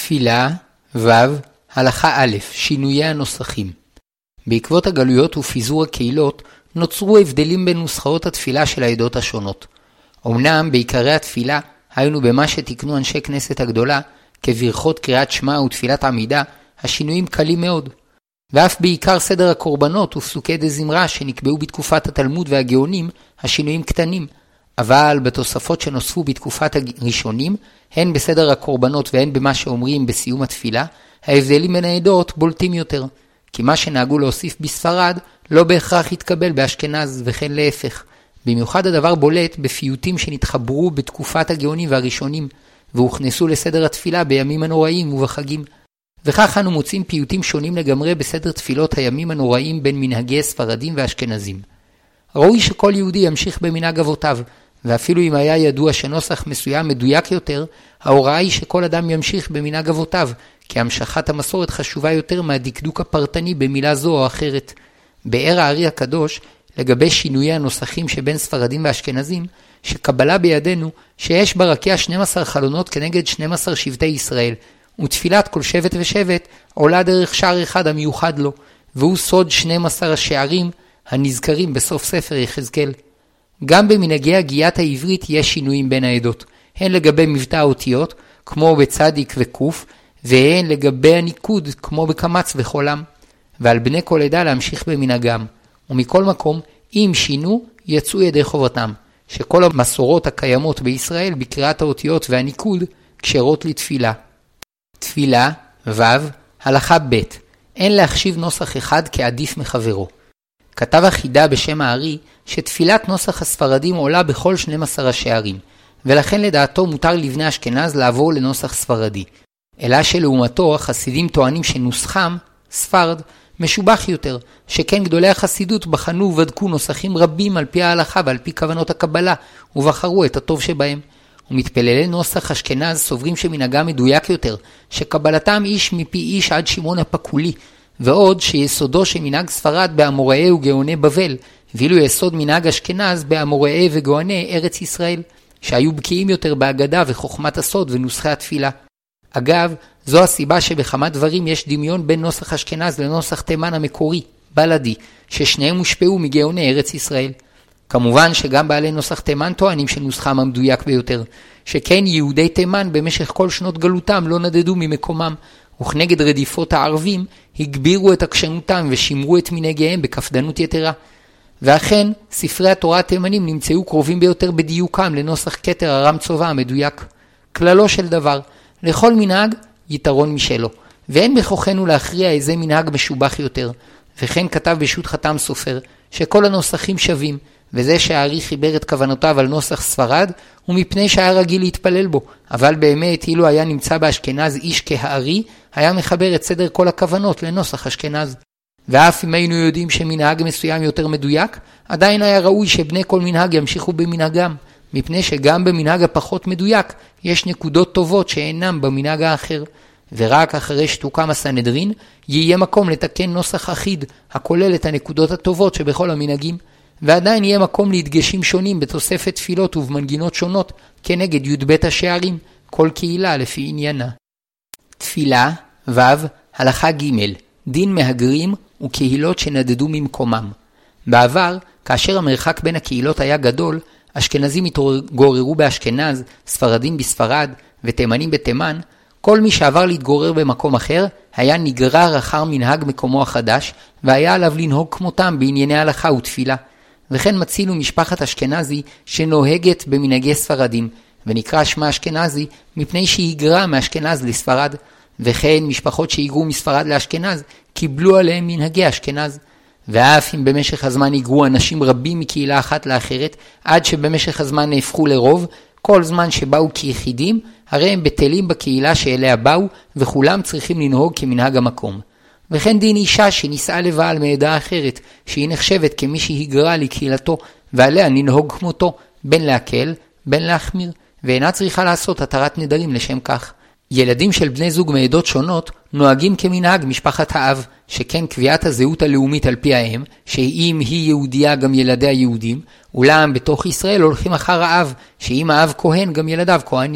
תפילה ו' הלכה א' שינויי הנוסחים. בעקבות הגלויות ופיזור הקהילות נוצרו הבדלים בין נוסחאות התפילה של העדות השונות. אמנם בעיקרי התפילה היינו במה שתקנו אנשי כנסת הגדולה כברכות קריאת שמע ותפילת עמידה, השינויים קלים מאוד. ואף בעיקר סדר הקורבנות ופסוקי דזמרה שנקבעו בתקופת התלמוד והגאונים, השינויים קטנים. אבל בתוספות שנוספו בתקופת הראשונים, הן בסדר הקורבנות והן במה שאומרים בסיום התפילה, ההבדלים בין העדות בולטים יותר. כי מה שנהגו להוסיף בספרד לא בהכרח יתקבל באשכנז וכן להפך. במיוחד הדבר בולט בפיוטים שנתחברו בתקופת הגאונים והראשונים, והוכנסו לסדר התפילה בימים הנוראים ובחגים. וכך אנו מוצאים פיוטים שונים לגמרי בסדר תפילות הימים הנוראים בין מנהגי ספרדים ואשכנזים. ראוי שכל יהודי ימשיך במנהג אבותיו, ואפילו אם היה ידוע שנוסח מסוים מדויק יותר, ההוראה היא שכל אדם ימשיך במנהג אבותיו, כי המשכת המסורת חשובה יותר מהדקדוק הפרטני במילה זו או אחרת. באר הארי הקדוש, לגבי שינויי הנוסחים שבין ספרדים ואשכנזים, שקבלה בידינו שיש ברקיע 12 חלונות כנגד 12 שבטי ישראל, ותפילת כל שבט ושבט עולה דרך שער אחד המיוחד לו, והוא סוד 12 השערים הנזכרים בסוף ספר יחזקאל. גם במנהגי הגיית העברית יש שינויים בין העדות, הן לגבי מבטא האותיות, כמו בצדיק וקוף, והן לגבי הניקוד, כמו בקמץ וחולם, ועל בני כל עדה להמשיך במנהגם. ומכל מקום, אם שינו, יצאו ידי חובתם, שכל המסורות הקיימות בישראל בקריאת האותיות והניקוד כשרות לתפילה. תפילה, ו' הלכה ב' אין להחשיב נוסח אחד כעדיף מחברו. כתב החידה בשם הארי שתפילת נוסח הספרדים עולה בכל 12 השערים, ולכן לדעתו מותר לבני אשכנז לעבור לנוסח ספרדי. אלא שלעומתו החסידים טוענים שנוסחם, ספרד, משובח יותר, שכן גדולי החסידות בחנו ובדקו נוסחים רבים על פי ההלכה ועל פי כוונות הקבלה, ובחרו את הטוב שבהם. ומתפללי נוסח אשכנז סוברים שמנהגם מדויק יותר, שקבלתם איש מפי איש עד שמעון הפקולי, ועוד שיסודו של מנהג ספרד באמוראי וגאוני בבל, ואילו יסוד מנהג אשכנז באמוראי וגאוני ארץ ישראל, שהיו בקיאים יותר בהגדה וחוכמת הסוד ונוסחי התפילה. אגב, זו הסיבה שבכמה דברים יש דמיון בין נוסח אשכנז לנוסח תימן המקורי, בלדי, ששניהם הושפעו מגאוני ארץ ישראל. כמובן שגם בעלי נוסח תימן טוענים שנוסחם המדויק ביותר, שכן יהודי תימן במשך כל שנות גלותם לא נדדו ממקומם, וכנגד רדיפות הערבים הגבירו את עקשנותם ושימרו את מנהגיהם בקפדנות יתרה. ואכן, ספרי התורה התימנים נמצאו קרובים ביותר בדיוקם לנוסח כתר הרם צובא המדויק. כללו של דבר, לכל מנהג יתרון משלו, ואין בכוחנו להכריע איזה מנהג משובח יותר. וכן כתב בשו"ת חתם סופר, שכל הנוסחים שווים, וזה שהארי חיבר את כוונותיו על נוסח ספרד, הוא מפני שהיה רגיל להתפלל בו, אבל באמת אילו היה נמצא באשכנז איש כהארי, היה מחבר את סדר כל הכוונות לנוסח אשכנז. ואף אם היינו יודעים שמנהג מסוים יותר מדויק, עדיין היה ראוי שבני כל מנהג ימשיכו במנהגם, מפני שגם במנהג הפחות מדויק יש נקודות טובות שאינם במנהג האחר, ורק אחרי שתוקם הסנהדרין יהיה מקום לתקן נוסח אחיד הכולל את הנקודות הטובות שבכל המנהגים, ועדיין יהיה מקום להתגשים שונים בתוספת תפילות ובמנגינות שונות כנגד י"ב השערים, כל קהילה לפי עניינה. תפילה, ו' הלכה ג' דין מהגרים וקהילות שנדדו ממקומם. בעבר, כאשר המרחק בין הקהילות היה גדול, אשכנזים התגוררו באשכנז, ספרדים בספרד ותימנים בתימן, כל מי שעבר להתגורר במקום אחר היה נגרר אחר מנהג מקומו החדש, והיה עליו לנהוג כמותם בענייני הלכה ותפילה. וכן מצינו משפחת אשכנזי שנוהגת במנהגי ספרדים, ונקרא שמה אשכנזי מפני שהיגרה מאשכנז לספרד, וכן משפחות שהיגרו מספרד לאשכנז קיבלו עליהם מנהגי אשכנז. ואף אם במשך הזמן היגרו אנשים רבים מקהילה אחת לאחרת, עד שבמשך הזמן נהפכו לרוב, כל זמן שבאו כיחידים, הרי הם בטלים בקהילה שאליה באו, וכולם צריכים לנהוג כמנהג המקום. וכן דין אישה שנישאה לבעל מעדה אחרת, שהיא נחשבת כמי שהיגרה לקהילתו, ועליה לנהוג כמותו, בין להקל, בין להחמיר, ואינה צריכה לעשות התרת נדרים לשם כך. ילדים של בני זוג מעדות שונות נוהגים כמנהג משפחת האב, שכן קביעת הזהות הלאומית על פי האם, שאם היא יהודיה גם ילדיה יהודים, אולם בתוך ישראל הולכים אחר האב, שאם האב כהן גם ילדיו כהנים,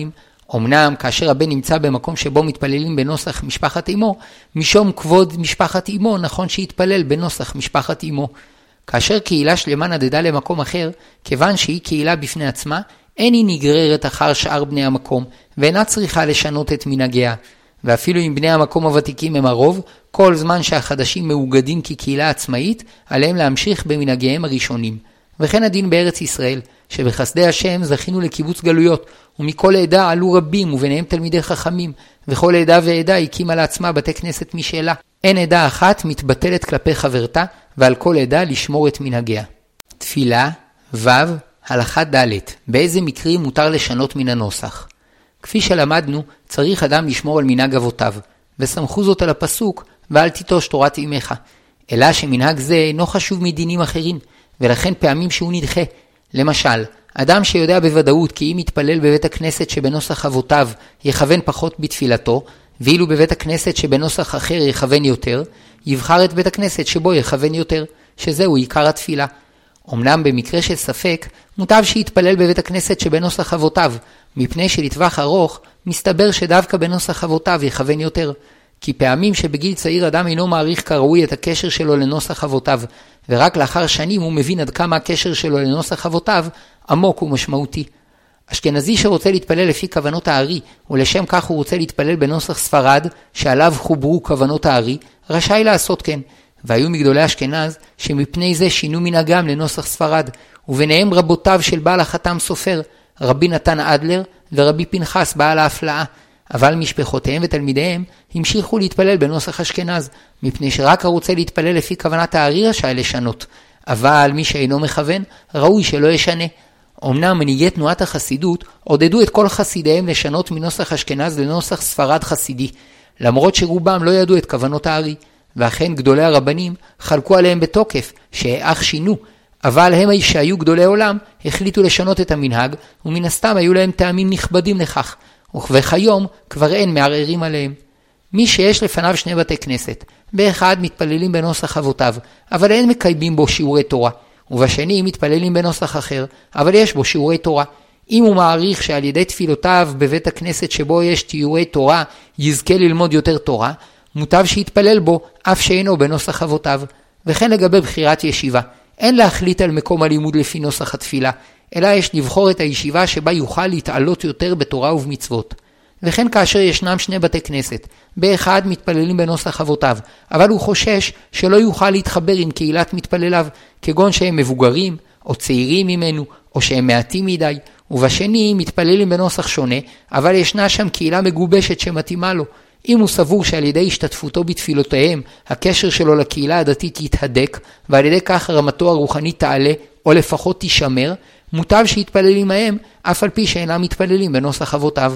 אמנם כאשר הבן נמצא במקום שבו מתפללים בנוסח משפחת אמו, משום כבוד משפחת אמו נכון שיתפלל בנוסח משפחת אמו. כאשר קהילה שלמה נדדה למקום אחר, כיוון שהיא קהילה בפני עצמה, אין היא נגררת אחר שאר בני המקום, ואינה צריכה לשנות את מנהגיה. ואפילו אם בני המקום הוותיקים הם הרוב, כל זמן שהחדשים מאוגדים כקהילה עצמאית, עליהם להמשיך במנהגיהם הראשונים. וכן הדין בארץ ישראל, שבחסדי השם זכינו לקיבוץ גלויות, ומכל עדה עלו רבים וביניהם תלמידי חכמים, וכל עדה ועדה הקימה לעצמה בתי כנסת משאלה. אין עדה אחת מתבטלת כלפי חברתה, ועל כל עדה לשמור את מנהגיה. תפילה, ו', הלכה ד', באיזה מקרים מותר לשנות מן הנוסח. כפי שלמדנו, צריך אדם לשמור על מנהג אבותיו, וסמכו זאת על הפסוק, ואל תיטוש תורת אמך. אלא שמנהג זה אינו חשוב מדינים אחרים, ולכן פעמים שהוא נדחה. למשל, אדם שיודע בוודאות כי אם יתפלל בבית הכנסת שבנוסח אבותיו יכוון פחות בתפילתו, ואילו בבית הכנסת שבנוסח אחר יכוון יותר, יבחר את בית הכנסת שבו יכוון יותר, שזהו עיקר התפילה. אמנם במקרה של ספק, מוטב שיתפלל בבית הכנסת שבנוסח אבותיו, מפני שלטווח ארוך מסתבר שדווקא בנוסח אבותיו יכוון יותר. כי פעמים שבגיל צעיר אדם אינו מעריך כראוי את הקשר שלו לנוסח אבותיו, ורק לאחר שנים הוא מבין עד כמה הקשר שלו לנוסח אבותיו עמוק ומשמעותי. אשכנזי שרוצה להתפלל לפי כוונות הארי, ולשם כך הוא רוצה להתפלל בנוסח ספרד, שעליו חוברו כוונות הארי, רשאי לעשות כן. והיו מגדולי אשכנז שמפני זה שינו מנהגם לנוסח ספרד, וביניהם רבותיו של בעל החתם סופר, רבי נתן אדלר ורבי פנחס בעל ההפלאה. אבל משפחותיהם ותלמידיהם המשיכו להתפלל בנוסח אשכנז, מפני שרק הרוצה להתפלל לפי כוונת הארי רשאי לשנות, אבל מי שאינו מכוון ראוי שלא ישנה. אמנם מנהיגי תנועת החסידות עודדו את כל חסידיהם לשנות מנוסח אשכנז לנוסח ספרד חסידי, למרות שרובם לא ידעו את כוונות הארי, ואכן גדולי הרבנים חלקו עליהם בתוקף שאך שינו, אבל הם שהיו גדולי עולם החליטו לשנות את המנהג, ומן הסתם היו להם טעמים נכבדים לכך, וכיום כבר אין מערערים עליהם. מי שיש לפניו שני בתי כנסת, באחד מתפללים בנוסח אבותיו, אבל אין מקיימים בו שיעורי תורה, ובשני מתפללים בנוסח אחר, אבל יש בו שיעורי תורה. אם הוא מעריך שעל ידי תפילותיו בבית הכנסת שבו יש שיעורי תורה יזכה ללמוד יותר תורה, מוטב שיתפלל בו אף שאינו בנוסח אבותיו. וכן לגבי בחירת ישיבה, אין להחליט על מקום הלימוד לפי נוסח התפילה, אלא יש לבחור את הישיבה שבה יוכל להתעלות יותר בתורה ובמצוות. וכן כאשר ישנם שני בתי כנסת, באחד מתפללים בנוסח אבותיו, אבל הוא חושש שלא יוכל להתחבר עם קהילת מתפלליו, כגון שהם מבוגרים או צעירים ממנו, או שהם מעטים מדי, ובשני מתפללים בנוסח שונה, אבל ישנה שם קהילה מגובשת שמתאימה לו. אם הוא סבור שעל ידי השתתפותו בתפילותיהם, הקשר שלו לקהילה הדתית יתהדק, ועל ידי כך רמתו הרוחנית תעלה, או לפחות תישמר, מוטב שיתפלל עמהם, אף על פי שאינם מתפללים בנוסח אבותיו.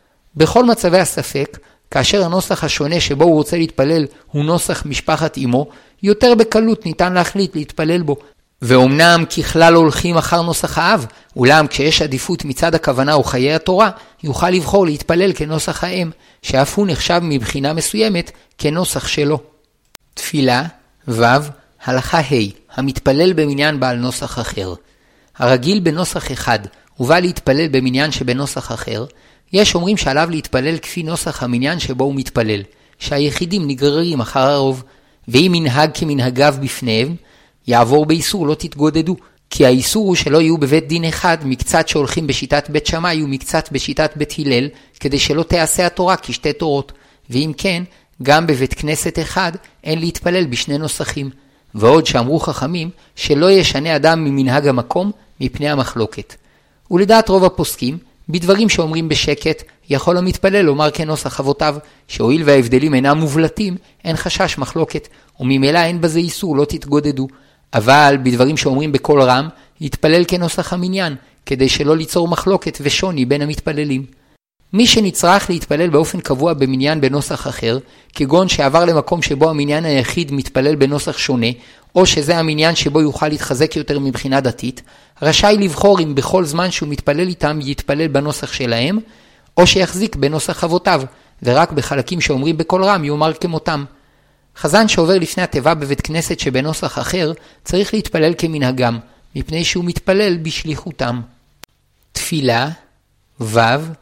בכל מצבי הספק, כאשר הנוסח השונה שבו הוא רוצה להתפלל הוא נוסח משפחת אמו, יותר בקלות ניתן להחליט להתפלל בו. ואומנם ככלל הולכים אחר נוסח האב, אולם כשיש עדיפות מצד הכוונה או חיי התורה, יוכל לבחור להתפלל כנוסח האם, שאף הוא נחשב מבחינה מסוימת כנוסח שלו. תפילה, ו', הלכה ה', המתפלל במניין בעל נוסח אחר. הרגיל בנוסח אחד, ובא להתפלל במניין שבנוסח אחר, יש אומרים שעליו להתפלל כפי נוסח המניין שבו הוא מתפלל, שהיחידים נגררים אחר הרוב, ואם מנהג כמנהגיו בפניהם, יעבור באיסור לא תתגודדו, כי האיסור הוא שלא יהיו בבית דין אחד מקצת שהולכים בשיטת בית שמאי ומקצת בשיטת בית הלל, כדי שלא תעשה התורה כשתי תורות, ואם כן, גם בבית כנסת אחד אין להתפלל בשני נוסחים, ועוד שאמרו חכמים שלא ישנה אדם ממנהג המקום מפני המחלוקת. ולדעת רוב הפוסקים, בדברים שאומרים בשקט, יכול המתפלל לומר כנוסח אבותיו, שהואיל וההבדלים אינם מובלטים, אין חשש מחלוקת, וממילא אין בזה איסור לא תתגודדו. אבל בדברים שאומרים בקול רם, יתפלל כנוסח המניין, כדי שלא ליצור מחלוקת ושוני בין המתפללים. מי שנצטרך להתפלל באופן קבוע במניין בנוסח אחר, כגון שעבר למקום שבו המניין היחיד מתפלל בנוסח שונה, או שזה המניין שבו יוכל להתחזק יותר מבחינה דתית, רשאי לבחור אם בכל זמן שהוא מתפלל איתם יתפלל בנוסח שלהם, או שיחזיק בנוסח אבותיו, ורק בחלקים שאומרים בקול רם יאמר כמותם. חזן שעובר לפני התיבה בבית כנסת שבנוסח אחר, צריך להתפלל כמנהגם, מפני שהוא מתפלל בשליחותם. תפילה, ו',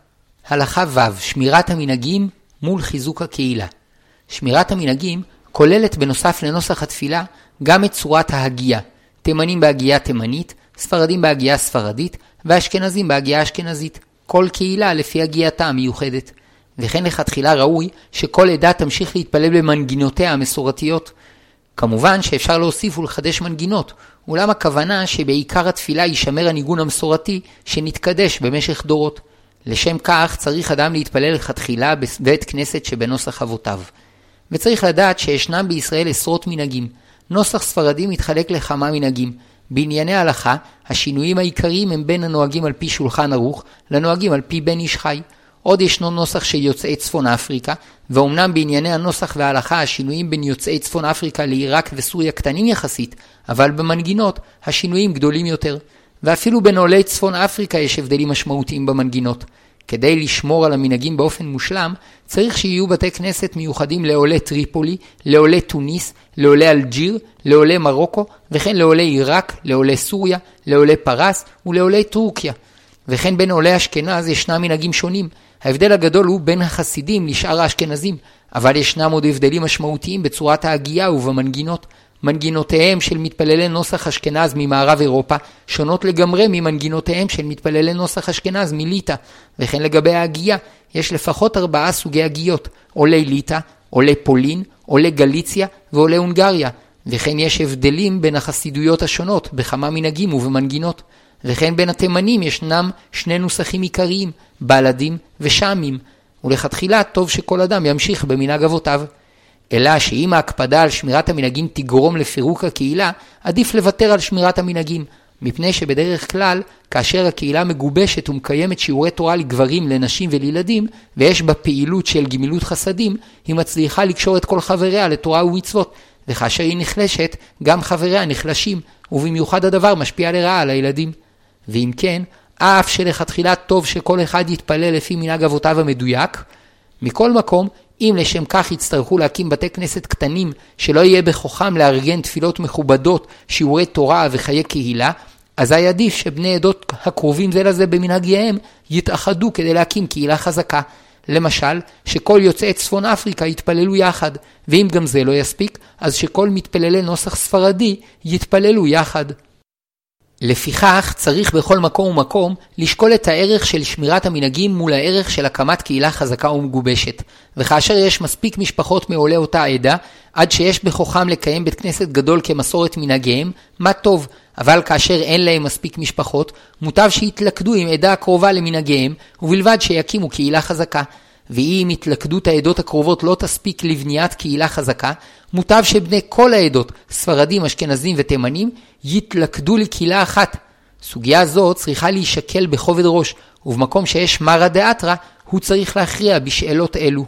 הלכה ו' שמירת המנהגים מול חיזוק הקהילה. שמירת המנהגים כוללת בנוסף לנוסח התפילה גם את צורת ההגייה, תימנים בהגייה תימנית, ספרדים בהגייה ספרדית ואשכנזים בהגייה אשכנזית, כל קהילה לפי הגייתה המיוחדת. וכן לכתחילה ראוי שכל עדה תמשיך להתפלל במנגינותיה המסורתיות. כמובן שאפשר להוסיף ולחדש מנגינות, אולם הכוונה שבעיקר התפילה יישמר הניגון המסורתי שנתקדש במשך דורות. לשם כך צריך אדם להתפלל לכתחילה בבית כנסת שבנוסח אבותיו. וצריך לדעת שישנם בישראל עשרות מנהגים. נוסח ספרדי מתחלק לכמה מנהגים. בענייני ההלכה, השינויים העיקריים הם בין הנוהגים על פי שולחן ערוך לנוהגים על פי בן איש חי. עוד ישנו נוסח של יוצאי צפון אפריקה, ואומנם בענייני הנוסח וההלכה השינויים בין יוצאי צפון אפריקה לעיראק וסוריה קטנים יחסית, אבל במנגינות השינויים גדולים יותר. ואפילו בין עולי צפון אפריקה יש הבדלים משמעותיים במנגינות. כדי לשמור על המנהגים באופן מושלם, צריך שיהיו בתי כנסת מיוחדים לעולי טריפולי, לעולי טוניס, לעולי אלג'יר, לעולי מרוקו, וכן לעולי עיראק, לעולי סוריה, לעולי פרס ולעולי טורקיה. וכן בין עולי אשכנז ישנם מנהגים שונים. ההבדל הגדול הוא בין החסידים לשאר האשכנזים, אבל ישנם עוד הבדלים משמעותיים בצורת ההגייה ובמנגינות. מנגינותיהם של מתפללי נוסח אשכנז ממערב אירופה שונות לגמרי ממנגינותיהם של מתפללי נוסח אשכנז מליטא, וכן לגבי ההגייה יש לפחות 4 סוגי הגיות, עולי ליטא, עולי פולין, עולי גליציה ועולי הונגריה, וכן יש הבדלים בין החסידויות השונות בכמה מנהגים ובמנגינות, וכן בין התימנים ישנם 2 נוסחים עיקריים, בלדים ושמים, ולכתחילה טוב שכל אדם ימשיך במנהג אבותיו. אלא שאם ההקפדה על שמירת המנהגים תגרום לפירוק הקהילה, עדיף לוותר על שמירת המנהגים, מפני שבדרך כלל, כאשר הקהילה מגובשת ומקיימת שיעורי תורה לגברים, לנשים ולילדים, ויש בה פעילות של גמילות חסדים, היא מצליחה לקשור את כל חבריה לתורה ומצוות, וכאשר היא נחלשת, גם חבריה נחלשים, ובמיוחד הדבר משפיע לרעה על הילדים. ואם כן, אף שלכתחילה טוב שכל אחד יתפלל לפי מנהג אבותיו המדויק, מכל מקום, אם לשם כך יצטרכו להקים בתי כנסת קטנים שלא יהיה בכוחם לארגן תפילות מכובדות, שיעורי תורה וחיי קהילה, אז עדיף שבני עדות הקרובים זה לזה במנהגיהם יתאחדו כדי להקים קהילה חזקה. למשל, שכל יוצאי צפון אפריקה יתפללו יחד, ואם גם זה לא יספיק, אז שכל מתפללי נוסח ספרדי יתפללו יחד. לפיכך צריך בכל מקום ומקום לשקול את הערך של שמירת המנהגים מול הערך של הקמת קהילה חזקה ומגובשת. וכאשר יש מספיק משפחות מעולי אותה עדה, עד שיש בכוחם לקיים בית כנסת גדול כמסורת מנהגיהם, מה טוב. אבל כאשר אין להם מספיק משפחות, מוטב שיתלכדו עם עדה הקרובה למנהגיהם, ובלבד שיקימו קהילה חזקה. ואם התלכדות העדות הקרובות לא תספיק לבניית קהילה חזקה, מוטב שבני כל העדות, ספרדים, אשכנזים ותימנים, יתלכדו לקהילה אחת. סוגיה זו צריכה להישקל בכובד ראש, ובמקום שיש מרא דאתרא, הוא צריך להכריע בשאלות אלו.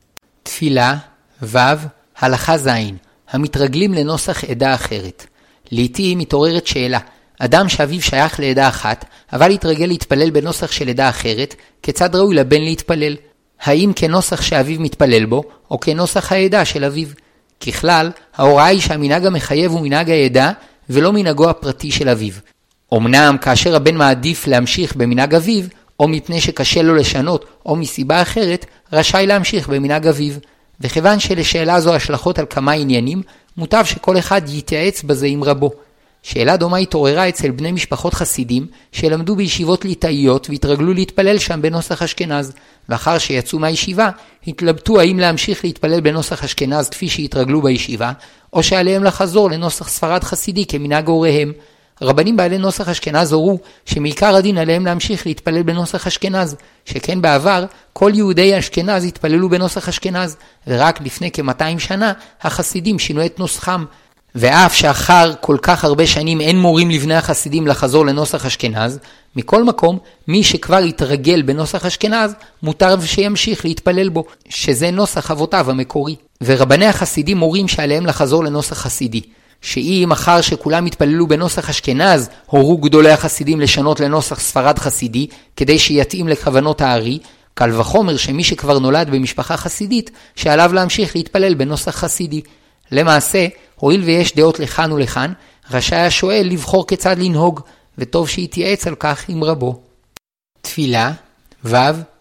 תפילה, ו', הלכה ז', המתרגלים לנוסח עדה אחרת. לעתים מתעוררת שאלה, אדם שאביו שייך לעדה אחת, אבל יתרגל להתפלל בנוסח של עדה אחרת, כיצד ראוי לבן להתפלל? האם כנוסח שאביו מתפלל בו, או כנוסח העדה של אביו? ככלל, ההוראה היא שהמנהג המחייב הוא מנהג העדה, ולא מנהגו הפרטי של אביו. אמנם כאשר הבן מעדיף להמשיך במנהג אביו, או מפני שקשה לו לשנות, או מסיבה אחרת, רשאי להמשיך במנהג אביו. וכיוון שלשאלה זו השלכות על כמה עניינים, מוטב שכל אחד יתייעץ בזה עם רבו. שאלה דומה התעוררה אצל בני משפחות חסידים שלמדו בישיבות ליטאיות והתרגלו להתפלל שם בנוסח אשכנז, ואחר שיצאו מהישיבה התלבטו האם להמשיך להתפלל בנוסח אשכנז כפי שהתרגלו בישיבה, או שעליהם לחזור לנוסח ספרד חסידי כמנהג הוריהם. רבנים בעלי נוסח אשכנז הורו שמעיקר הדין עליהם להמשיך להתפלל בנוסח אשכנז, שכן בעבר כל יהודי אשכנז התפללו בנוסח אשכנז, ורק לפני כ-200 שנה החסידים שינו את נוסחם. ואף שאחר כל כך הרבה שנים אין מורים לבני החסידים לחזור לנוסח אשכנז, מכל מקום מי שכבר יתרגל בנוסח אשכנז מותר שימשיך להתפלל בו, שזה נוסח אבותיו המקורי. ורבני החסידים מורים שעליהם לחזור לנוסח חסידי, שאם אחר שכולם התפללו בנוסח אשכנז הורו גדולי החסידים לשנות לנוסח ספרד חסידי כדי שיתאים לכוונות הארי, קל וחומר שמי שכבר נולד במשפחה חסידית שעליו להמשיך להתפלל בנוסח חסידי. למעשה, הואיל ויש דעות לכאן ולכאן, רשאי השואל לבחור כיצד לנהוג, וטוב שיתייעץ על כך עם רבו. תפילה, ו',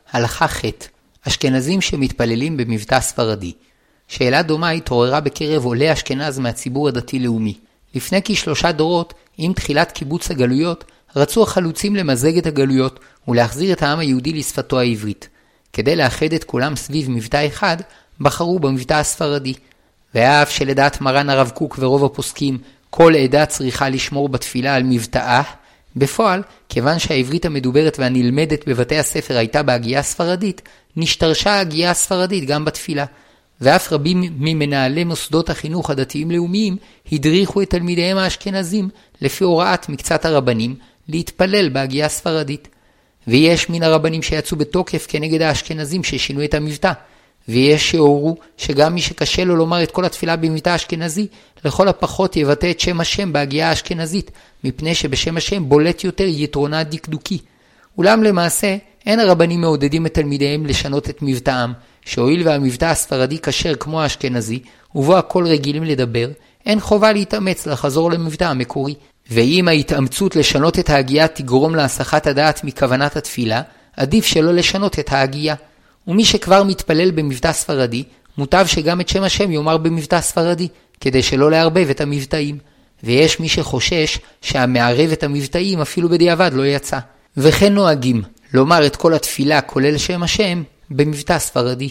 הלכה ח' אשכנזים שמתפללים במבטא ספרדי. שאלה דומה התעוררה בקרב עולי אשכנז מהציבור הדתי-לאומי. לפני כ3 דורות, עם תחילת קיבוץ הגלויות, רצו החלוצים למזג את הגלויות ולהחזיר את העם היהודי לשפתו העברית. כדי לאחד את כולם סביב מבטא אחד, בחרו במבטא הספרדי. ואף שלדעת מרן הרב קוק ורוב הפוסקים, כל עדה צריכה לשמור בתפילה על מבטאה, בפועל, כיוון שהעברית המדוברת והנלמדת בבתי הספר הייתה בהגייה הספרדית, נשתרשה ההגייה הספרדית גם בתפילה. ואף רבים ממנהלי מוסדות החינוך הדתיים-לאומיים הדריכו את תלמידיהם האשכנזים, לפי הוראת מקצת הרבנים, להתפלל בהגייה הספרדית. ויש מן הרבנים שיצאו בתוקף כנגד האשכנזים ששינו את המבטא. ויש שהורו שגם מי שקשה לו לומר את כל התפילה במבטא האשכנזי, לכל הפחות יבטא את שם השם בהגייה האשכנזית, מפני שבשם השם בולט יותר יתרונה דקדוקי. אולם למעשה, אין הרבנים מעודדים את תלמידיהם לשנות את מבטאם, שהואיל והמבטא הספרדי כשר כמו האשכנזי, ובו הכל רגילים לדבר, אין חובה להתאמץ לחזור למבטא המקורי. ואם ההתאמצות לשנות את ההגייה תגרום להסחת הדעת מכוונת התפילה, עדיף שלא לשנות את ההגייה. ומי שכבר מתפלל במבטא ספרדי, מוטב שגם את שם השם יאמר במבטא ספרדי, כדי שלא לערבב את המבטאים. ויש מי שחושש שהמערב את המבטאים אפילו בדיעבד לא יצא. וכן נוהגים לומר את כל התפילה כולל שם השם במבטא ספרדי.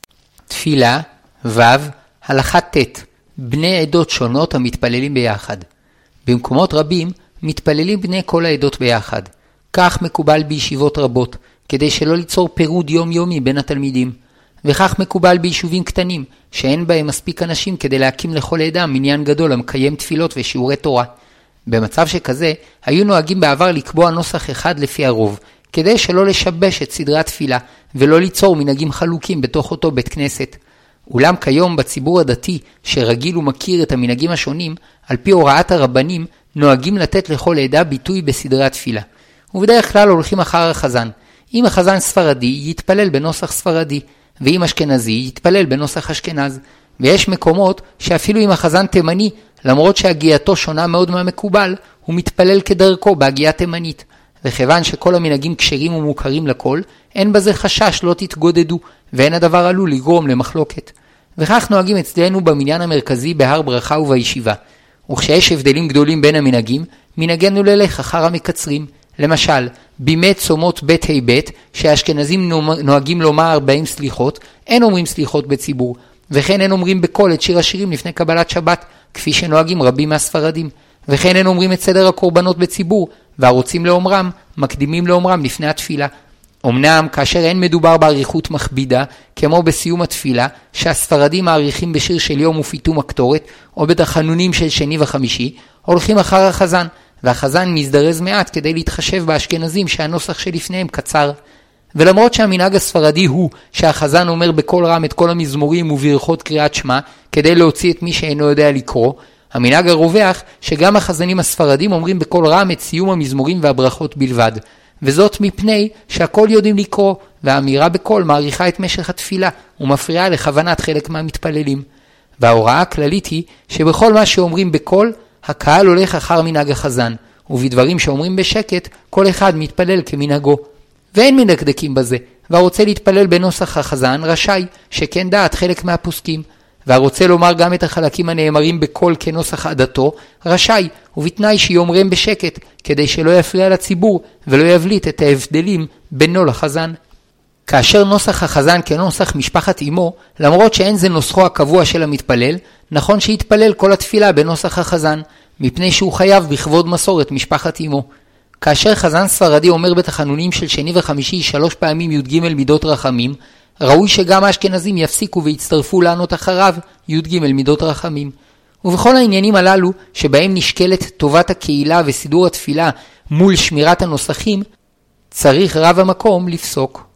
תפילה ו' הלכה ט' בני עדות שונות המתפללים ביחד. במקומות רבים מתפללים בני כל העדות ביחד. כך מקובל בישיבות רבות, כדי שלא ליצור פירוד יומיומי בין התלמידים. וכך מקובל ביישובים קטנים, שאין בהם מספיק אנשים כדי להקים לכל עדה מניין גדול המקיים תפילות ושיעורי תורה. במצב שכזה, היו נוהגים בעבר לקבוע נוסח אחד לפי הרוב, כדי שלא לשבש את סדרי התפילה, ולא ליצור מנהגים חלוקים בתוך אותו בית כנסת. אולם כיום בציבור הדתי, שרגיל ומכיר את המנהגים השונים, על פי הוראת הרבנים, נוהגים לתת לכל עדה ביטוי בסדרי התפילה. ובדרך כלל הולכים אחר החזן. אם החזן ספרדי, יתפלל בנוסח ספרדי, ואם אשכנזי, יתפלל בנוסח אשכנז. ויש מקומות שאפילו אם החזן תימני, למרות שהגייתו שונה מאוד מהמקובל, הוא מתפלל כדרכו בהגייה תימנית. וכיוון שכל המנהגים כשרים ומוכרים לכל, אין בזה חשש לא תתגודדו, ואין הדבר עלול לגרום למחלוקת. וכך נוהגים אצלנו במניין המרכזי בהר ברכה ובישיבה. וכשיש הבדלים גדולים בין המנהגים, מנהגנו ללך אחר המקצרים. למשל, בימי צומות בית ה' בית, שהאשכנזים נוהגים לומר 40 סליחות, אין אומרים סליחות בציבור, וכן אין אומרים בקול את שיר השירים לפני קבלת שבת, כפי שנוהגים רבים מהספרדים, וכן אין אומרים את סדר הקורבנות בציבור, והרוצים לאומרם, מקדימים לאומרם לפני התפילה. אמנם, כאשר אין מדובר בעריכות מכבידה, כמו בסיום התפילה, שהספרדים מעריכים בשיר של יום ופיתום הקטורת, או בתחנונים של שני וחמישי, הולכים אחר החזן, והחזן מזדרז מעט כדי להתחשב באשכנזים שהנוסח שלפניהם קצר. ולמרות שהמנהג הספרדי הוא שהחזן אומר בכל רם את כל המזמורים וברכות קריאת שמע, כדי להוציא את מי שאינו יודע לקרוא, המנהג הרווח שגם החזנים הספרדים אומרים בכל רם את סיום המזמורים והברכות בלבד. וזאת מפני שהכל יודעים לקרוא, והאמירה בכל מעריכה את משך התפילה ומפריעה לכוונת חלק מהמתפללים. וההוראה הכללית היא שבכל מה שאומרים בכל, הקהל הולך אחר מנהג החזן, ובדברים שאומרים בשקט, כל אחד מתפלל כמנהגו. ואין מדקדקים בזה, והרוצה להתפלל בנוסח החזן רשאי, שכן דעת חלק מהפוסקים. והרוצה לומר גם את החלקים הנאמרים בכל כנוסח עדתו, רשאי, ובתנאי שיאמרם בשקט, כדי שלא יפריע לציבור, ולא יבליט את ההבדלים בינו לחזן. כאשר נוסח החזן כנוסח משפחת אמו, למרות שאין זה נוסחו הקבוע של המתפלל, נכון שיתפלל כל התפילה בנוסח החזן, מפני שהוא חייב בכבוד מסורת משפחת אמו. כאשר חזן ספרדי אומר בתחנונים של שני וחמישי 3 פעמים י"ג מידות רחמים, ראוי שגם האשכנזים יפסיקו ויצטרפו לענות אחריו י"ג מידות רחמים. ובכל העניינים הללו, שבהם נשקלת טובת הקהילה וסידור התפילה מול שמירת הנוסחים, צריך רב המקום לפסוק.